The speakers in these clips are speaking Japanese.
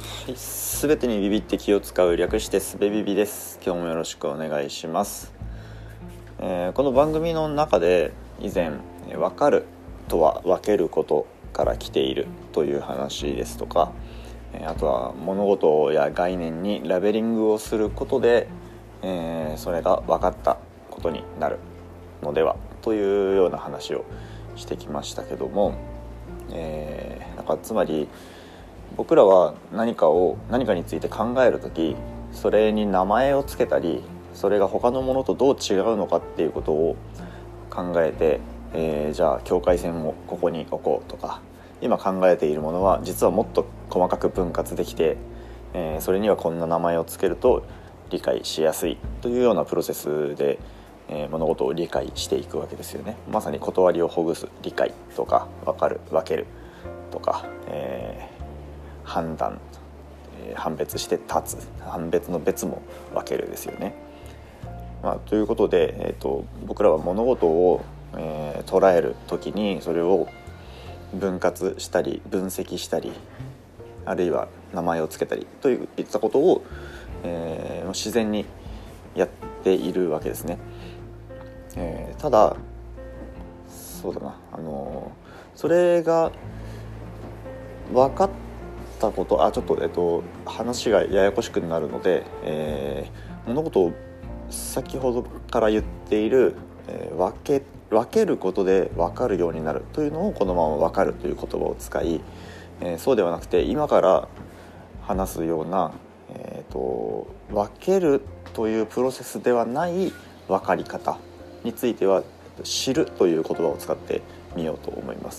はい、すべてにビビって気を使う、略してすべビビです。今日もよろしくお願いします。この番組の中で以前分かるとは分けることから来ているという話ですとか、あとは物事や概念にラベリングをすることで、それが分かったことになるのではというような話をしてきましたけども、つまり僕らは何かについて考えるとき、それに名前をつけたり、それが他のものとどう違うのかっていうことを考えて、じゃあ境界線をここに置こうとか、今考えているものは実はもっと細かく分割できて、それにはこんな名前をつけると理解しやすいというようなプロセスで、物事を理解していくわけですよね。まさに断りをほぐす理解とか、分かる分けるとか、判断、判別して立つ、判別の別も分けるですよね。ということで、僕らは物事を、捉える時にそれを分割したり分析したり、あるいは名前をつけたりといったことを、自然にやっているわけですね。ただそうだな、それが分かったこと、ちょっと、話がややこしくなるので、物事を先ほどから言っている、分けることで分かるようになるというのをこのまま分かるという言葉を使い、そうではなくて今から話すような、分けるというプロセスではない分かり方については知るという言葉を使ってみようと思います。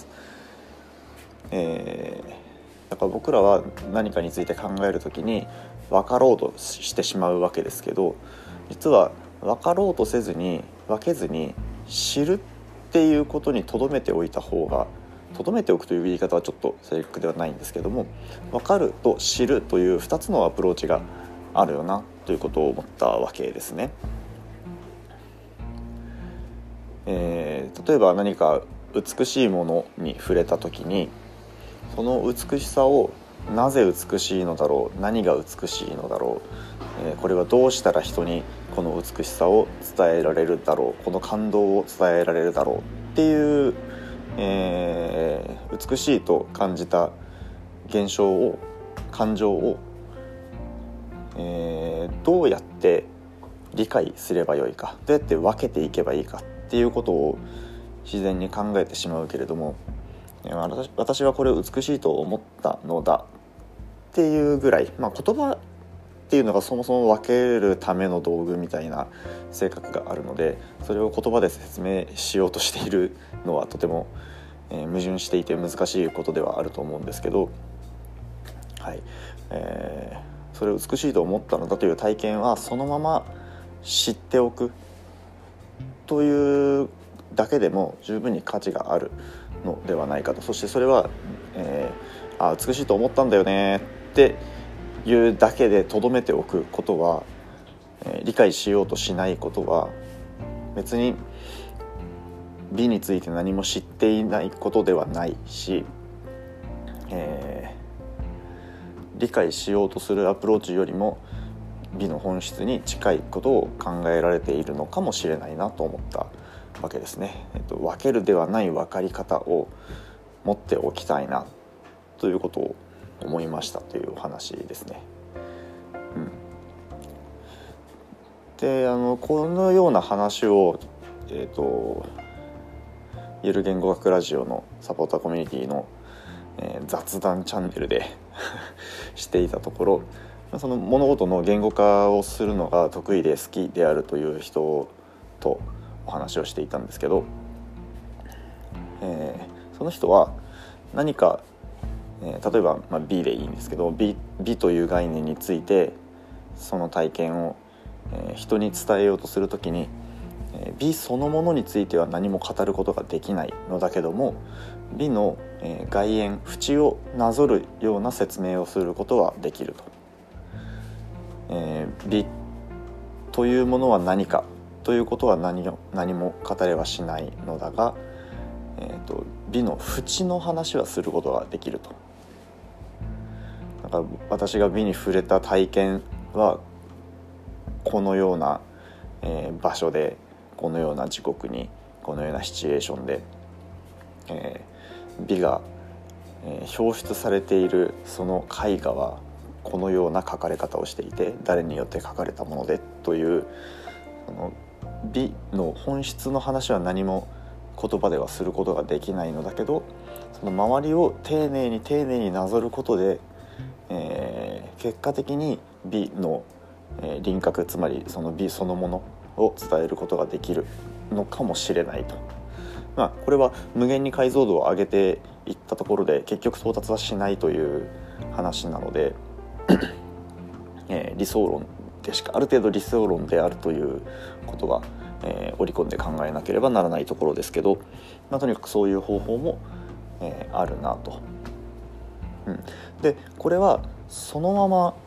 だから僕らは何かについて考えるときに分かろうとしてしまうわけですけど、実は分かろうとせずに分けずに知るっていうことに留めておいた方が、留めておくという言い方はちょっと正確ではないんですけども、分かると知るという2つのアプローチがあるよなということを思ったわけですね。例えば何か美しいものに触れた時に、その美しさをなぜ美しいのだろう、何が美しいのだろう、これはどうしたら人にこの美しさを伝えられるだろう、この感動を伝えられるだろうっていう、美しいと感じた現象を、感情を、どうやって理解すればよいか、どうやって分けていけばいいかっていうことを自然に考えてしまうけれども、私はこれを美しいと思ったのだっていうぐらい、言葉っていうのがそもそも分けるための道具みたいな性格があるので、それを言葉で説明しようとしているのはとても、矛盾していて難しいことではあると思うんですけど、はい、それを美しいと思ったのだという体験はそのまま知っておくというだけでも十分に価値があるのではないかと。そしてそれは、美しいと思ったんだよねっていうだけでとどめておくことは、理解しようとしないことは別に美について何も知っていないことではないし、理解しようとするアプローチよりも美の本質に近いことを考えられているのかもしれないなと思ったわけですね。分けるではない分かり方を持っておきたいなということを思いましたというお話ですね。で、このような話を、ゆる言語学ラジオのサポーターコミュニティの、雑談チャンネルでしていたところ、その物事の言語化をするのが得意で好きであるという人とお話をしていたんですけど、その人は何か、例えば、美でいいんですけど、美という概念についてその体験を、人に伝えようとするときに、美そのものについては何も語ることができないのだけども、美の、外縁縁をなぞるような説明をすることはできると。美というものは何かということは何も語れはしないのだが、美の縁の話はすることができると。 だから私が美に触れた体験はこのような、場所でこのような時刻にこのようなシチュエーションで、美が、表出されているその絵画はこのような描かれ方をしていて誰によって描かれたものでというその美の本質の話は何も言葉ではすることができないのだけど、その周りを丁寧に丁寧になぞることで、結果的に美の、輪郭、つまりその美そのものを伝えることができるのかもしれないと。これは無限に解像度を上げていったところで結局到達はしないという話なので理想論でしかある程度理想論であるということは、織り込んで考えなければならないところですけど、とにかくそういう方法も、あるなと。でこれはそのまま、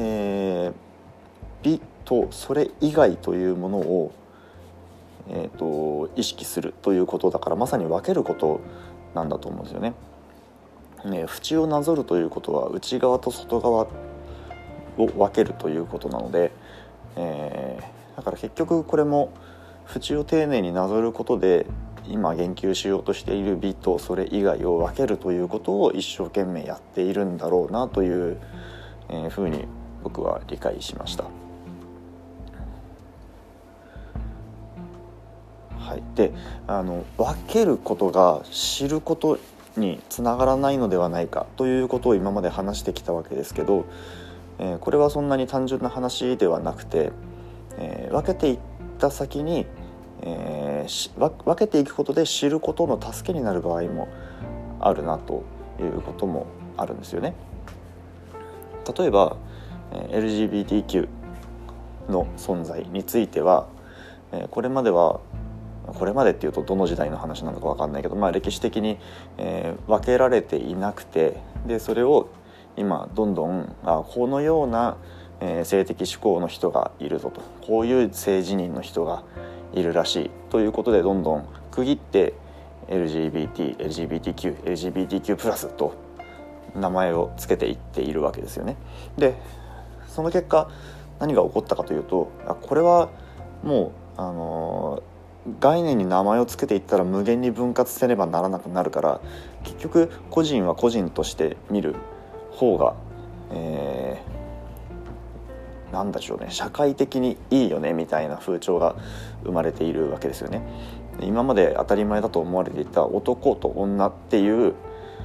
美とそれ以外というものを意識するということだから、まさに分けることなんだと思うんですよね。縁をなぞるということは内側と外側を分けるということなので、だから結局これも縁を丁寧になぞることで今言及しようとしている美とそれ以外を分けるということを一生懸命やっているんだろうなという、ふうに僕は理解しました。で分けることが知ることにつながらないのではないかということを今まで話してきたわけですけど、これはそんなに単純な話ではなくて、分けていった先に、分けていくことで知ることの助けになる場合もあるなということもあるんですよね。例えば、LGBTQ の存在については、これまでっていうとどの時代の話なのか分かんないけど、歴史的に、分けられていなくて、でそれを今どんどんこのような、性的指向の人がいるぞと、こういう性自認の人がいるらしいということでどんどん区切って LGBTQ+と名前をつけていっているわけですよね。でその結果何が起こったかというと、これはもう概念に名前をつけていったら無限に分割せねばならなくなるから、結局個人は個人として見る方が、なんでしょうね、社会的にいいよねみたいな風潮が生まれているわけですよね。今まで当たり前だと思われていた男と女っていう、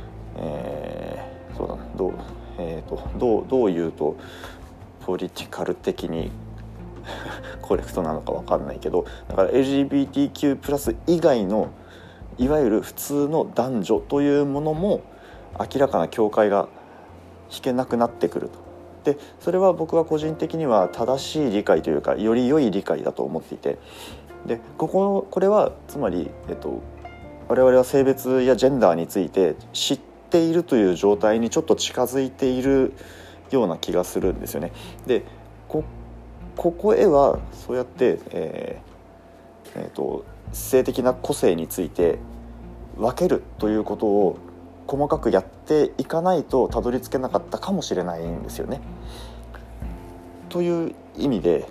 そうだな、どう言うとポリティカル的にコレクトなのか分かんないけど、だから LGBTQ+ 以外のいわゆる普通の男女というものも明らかな境界が引けなくなってくると。でそれは僕は個人的には正しい理解というかより良い理解だと思っていて、でこれはつまり、我々は性別やジェンダーについて知っているという状態にちょっと近づいているような気がするんですよね。でここへはそうやって、性的な個性について分けるということを細かくやっていかないとたどり着けなかったかもしれないんですよね。という意味で、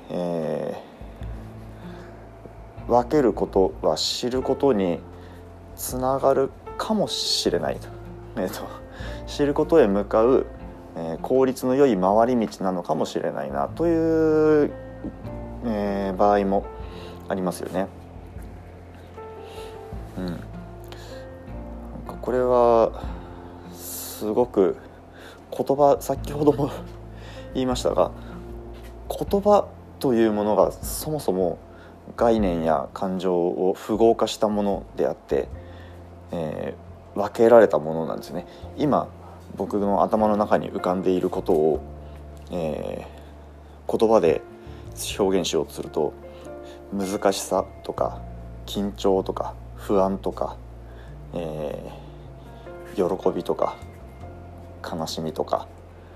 分けることは知ることにつながるかもしれないと、知ることへ向かう効率の良い回り道なのかもしれないなという、場合もありますよね。これはすごく先ほども言いましたが、言葉というものがそもそも概念や感情を符号化したものであって、分けられたものなんですよね。今僕の頭の中に浮かんでいることを、言葉で表現しようとすると、難しさとか緊張とか不安とか、喜びとか悲しみとか、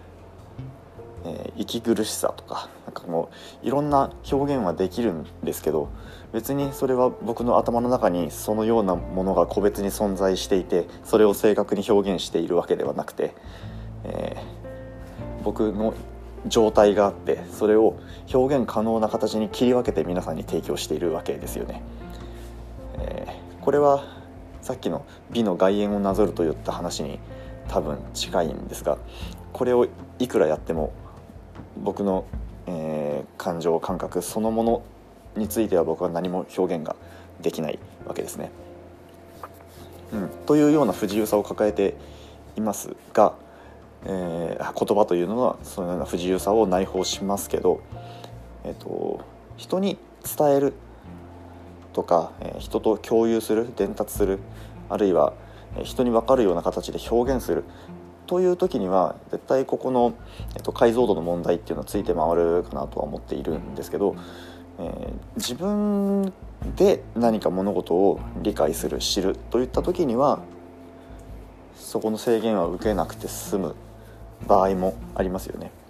息苦しさとか、もういろんな表現はできるんですけど、別にそれは僕の頭の中にそのようなものが個別に存在していてそれを正確に表現しているわけではなくて、 僕の状態があって、それを表現可能な形に切り分けて皆さんに提供しているわけですよね。これはさっきの美の外縁をなぞるといった話に多分近いんですが、これをいくらやっても僕の、感情感覚そのものについては僕は何も表現ができないわけですね。というような不自由さを抱えていますが、言葉というのはそのような不自由さを内包しますけど、人に伝えるとか、人と共有する、伝達する、あるいは人に分かるような形で表現するという時には絶対ここの、解像度の問題っていうのはついて回るかなとは思っているんですけど、自分で何か物事を理解する、知るといった時にはそこの制限は受けなくて済む場合もありますよね。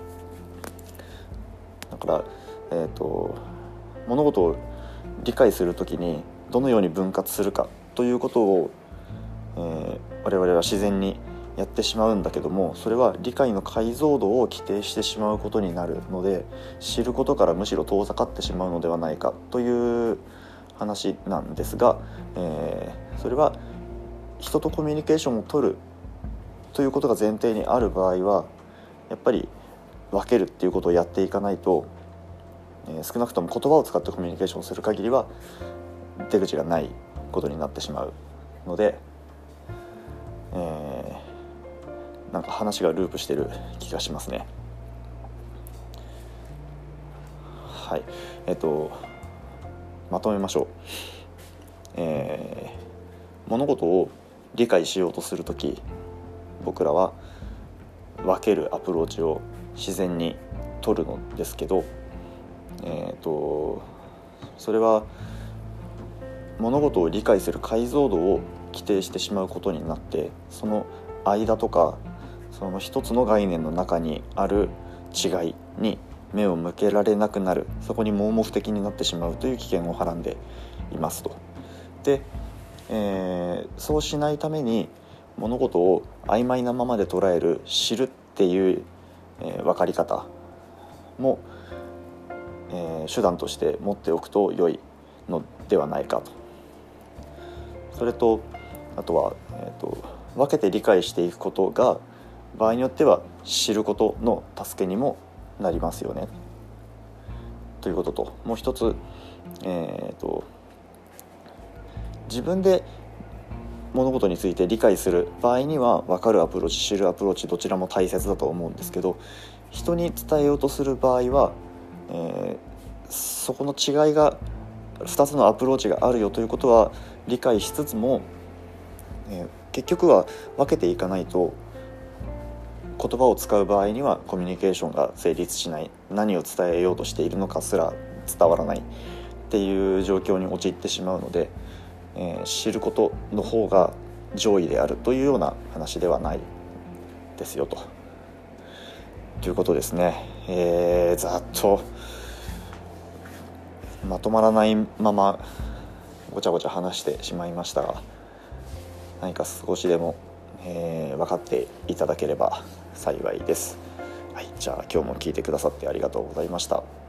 だから、物事を理解するときにどのように分割するかということを、我々は自然にやってしまうんだけども、それは理解の解像度を規定してしまうことになるので、知ることからむしろ遠ざかってしまうのではないかという話なんですが、それは人とコミュニケーションを取るということが前提にある場合はやっぱり分けるっていうことをやっていかないと、少なくとも言葉を使ってコミュニケーションする限りは出口がないことになってしまうので、なんか話がループしてる気がしますね。はい、まとめましょう。物事を理解しようとするとき、僕らは分けるアプローチを自然に取るのですけど、それは物事を理解する解像度を規定してしまうことになって、その間とかその一つの概念の中にある違いに目を向けられなくなる、そこに盲目的になってしまうという危険をはらんでいますと。で、そうしないために物事を曖昧なままで捉える、知るっていう、分かり方も、手段として持っておくと良いのではないかと。それとあとは、分けて理解していくことが場合によっては知ることの助けにもなりますよねということと、もう一つ、自分で物事について理解する場合には分かるアプローチ、知るアプローチどちらも大切だと思うんですけど、人に伝えようとする場合は、そこの違いが2つのアプローチがあるよということは理解しつつも、結局は分けていかないと言葉を使う場合にはコミュニケーションが成立しない、何を伝えようとしているのかすら伝わらないっていう状況に陥ってしまうので、知ることの方が上位であるというような話ではないですよということですね。ざっとまとまらないままごちゃごちゃ話してしまいましたが、何か少しでも、分かっていただければ幸いです。はい、じゃあ今日も聞いてくださってありがとうございました。